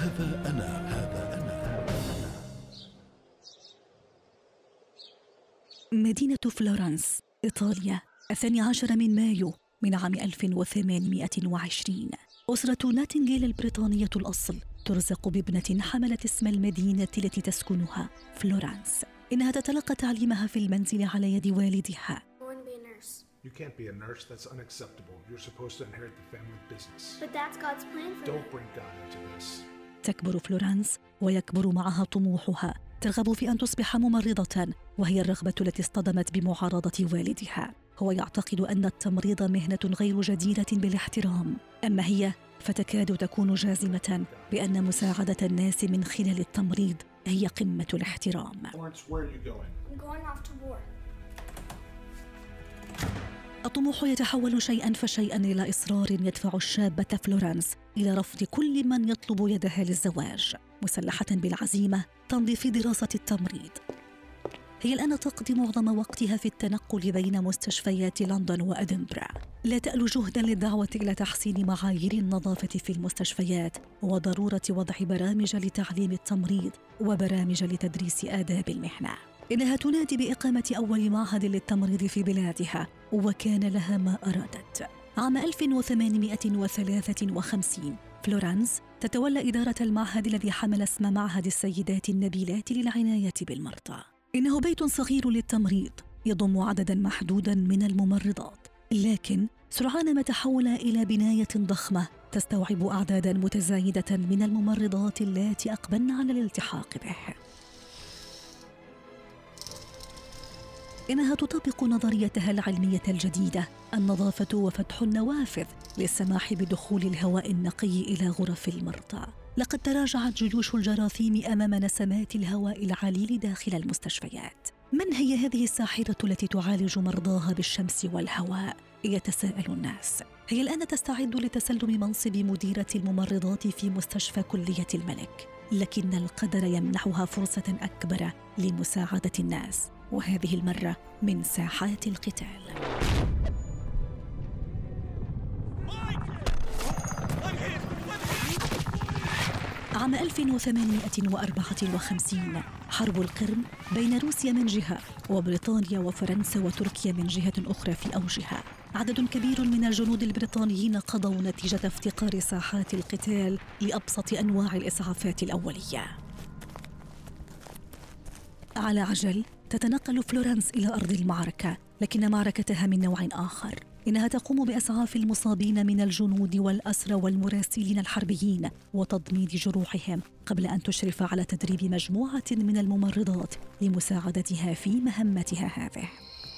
هذا أنا. مدينة فلورنس، إيطاليا، 12 من مايو من عام 1820. أسرة ناتنجيل البريطانية الأصل ترزق بابنة حملت اسم المدينة التي تسكنها، فلورنس. إنها تتلقى تعليمها في المنزل على يد والدها. You can't be a nurse. That's unacceptable. You're supposed to inherit the family business. But that's God's plan for Don't bring God into this. تكبر فلورنس ويكبر معها طموحها. ترغب في أن تصبح ممرضة، وهي الرغبة التي اصطدمت بمعارضة والدها. هو يعتقد أن التمريض مهنة غير جديرة بالاحترام، أما هي فتكاد تكون جازمة بأن مساعدة الناس من خلال التمريض هي قمة الاحترام. Florence, where are you going? I'm going off to war. الطموح يتحول شيئاً فشيئاً إلى إصرار يدفع الشابة فلورنس إلى رفض كل من يطلب يدها للزواج. مسلحة بالعزيمة تمضي في دراسة التمريض. هي الآن تقضي معظم وقتها في التنقل بين مستشفيات لندن وأدنبرا. لا تألو جهداً للدعوة إلى تحسين معايير النظافة في المستشفيات وضرورة وضع برامج لتعليم التمريض وبرامج لتدريس آداب المهنة. إنها تنادي بإقامة أول معهد للتمريض في بلادها، وكان لها ما أرادت. عام 1853 فلورنس تتولى إدارة المعهد الذي حمل اسم معهد السيدات النبيلات للعناية بالمرضى. إنه بيت صغير للتمريض يضم عدداً محدوداً من الممرضات، لكن سرعان ما تحول إلى بناية ضخمة تستوعب أعداداً متزايدة من الممرضات اللاتي أقبلن على الالتحاق به. إنها تطبق نظريتها العلمية الجديدة، النظافة وفتح النوافذ للسماح بدخول الهواء النقي إلى غرف المرضى. لقد تراجعت جيوش الجراثيم أمام نسمات الهواء العليل داخل المستشفيات. من هي هذه الساحرة التي تعالج مرضاها بالشمس والهواء؟ يتساءل الناس. هي الآن تستعد لتسلم منصب مديرة الممرضات في مستشفى كلية الملك، لكن القدر يمنحها فرصة أكبر لمساعدة الناس، وهذه المرة من ساحات القتال. عام 1854 حرب القرم بين روسيا من جهة وبريطانيا وفرنسا وتركيا من جهة أخرى في أوجها. عدد كبير من الجنود البريطانيين قضوا نتيجة افتقار ساحات القتال لأبسط أنواع الإسعافات الأولية. على عجل تتنقل فلورنس إلى أرض المعركة، لكن معركتها من نوع آخر. إنها تقوم بإسعاف المصابين من الجنود والأسرى والمراسلين الحربيين وتضميد جروحهم، قبل أن تشرف على تدريب مجموعة من الممرضات لمساعدتها في مهمتها هذه.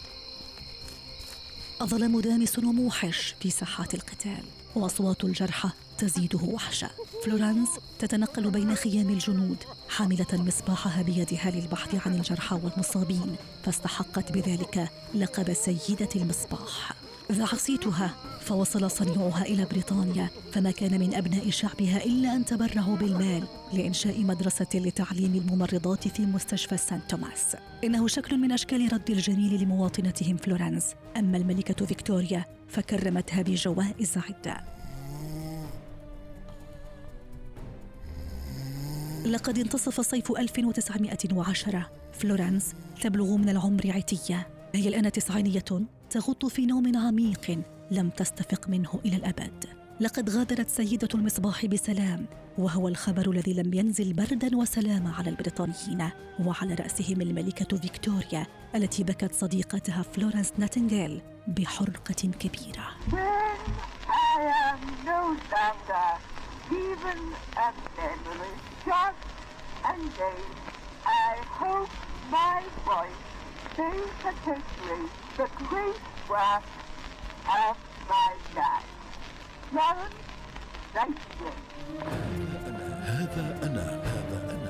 الظلام دامس وموحش في ساحات القتال، وأصوات الجرحى تزيده وحشة. فلورنس تتنقل بين خيام الجنود حاملة مصباحها بيدها للبحث عن الجرحى والمصابين، فاستحقت بذلك لقب سيدة المصباح. ذاع صيتها فوصل صنيعها إلى بريطانيا، فما كان من أبناء شعبها إلا أن تبرعوا بالمال لإنشاء مدرسة لتعليم الممرضات في مستشفى سانت توماس. إنه شكل من أشكال رد الجميل لمواطنتهم فلورنس. أما الملكة فيكتوريا فكرمتها بجوائز عدة. لقد انتصف صيف 1910. فلورنس تبلغ من العمر عتية. هي الآن تسعينية تغط في نوم عميق لم تستفق منه إلى الأبد. لقد غادرت سيدة المصباح بسلام، وهو الخبر الذي لم ينزل بردا وسلاما على البريطانيين، وعلى رأسهم الملكة فيكتوريا التي بكت صديقتها فلورنس ناتنجيل بحرقة كبيرة. The great wrath of my dad. Florence Nightingale. هذا أنا.